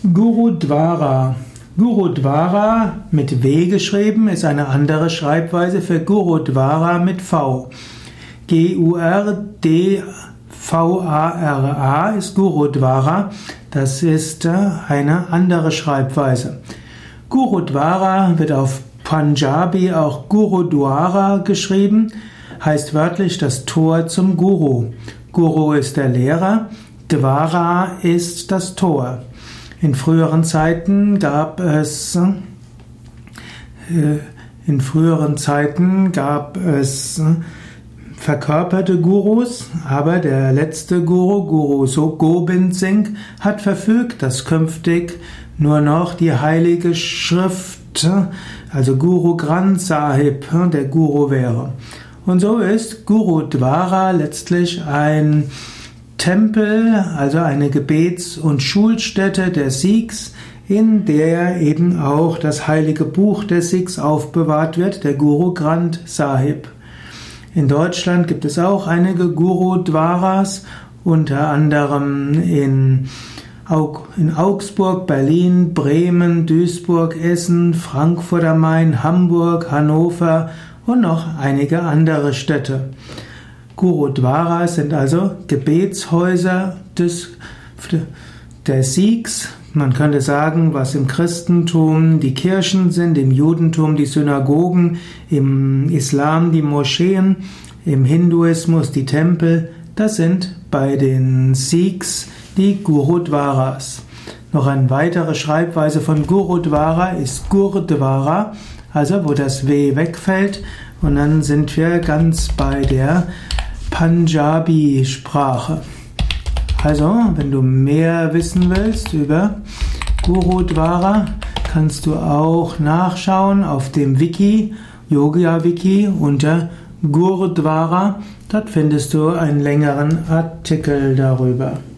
Gurudwara. Gurudwara mit W geschrieben ist eine andere Schreibweise für Gurudwara mit V. Gurdvara ist Gurudwara. Das ist eine andere Schreibweise. Gurudwara wird auf Punjabi auch Gurudwara geschrieben, heißt wörtlich das Tor zum Guru. Guru ist der Lehrer, Dwara ist das Tor. In früheren Zeiten gab es verkörperte Gurus, aber der letzte Guru, Guru Gobind Singh, hat verfügt, dass künftig nur noch die heilige Schrift, also Guru Granth Sahib, der Guru wäre. Und so ist Gurudwara letztlich ein Tempel, also eine Gebets- und Schulstätte der Sikhs, in der eben auch das heilige Buch der Sikhs aufbewahrt wird, der Guru Granth Sahib. In Deutschland gibt es auch einige Gurudwaras, unter anderem in Augsburg, Berlin, Bremen, Duisburg, Essen, Frankfurt am Main, Hamburg, Hannover und noch einige andere Städte. Gurudwaras sind also Gebetshäuser der Sikhs. Man könnte sagen, was im Christentum die Kirchen sind, im Judentum die Synagogen, im Islam die Moscheen, im Hinduismus die Tempel. Das sind bei den Sikhs die Gurudwaras. Noch eine weitere Schreibweise von Gurudwara ist Gurdwara, also wo das W wegfällt. Und dann sind wir ganz bei der Punjabi-Sprache. Also, wenn du mehr wissen willst über Gurudwara, kannst du auch nachschauen auf dem Wiki, Yoga Wiki unter Gurudwara. Dort findest du einen längeren Artikel darüber.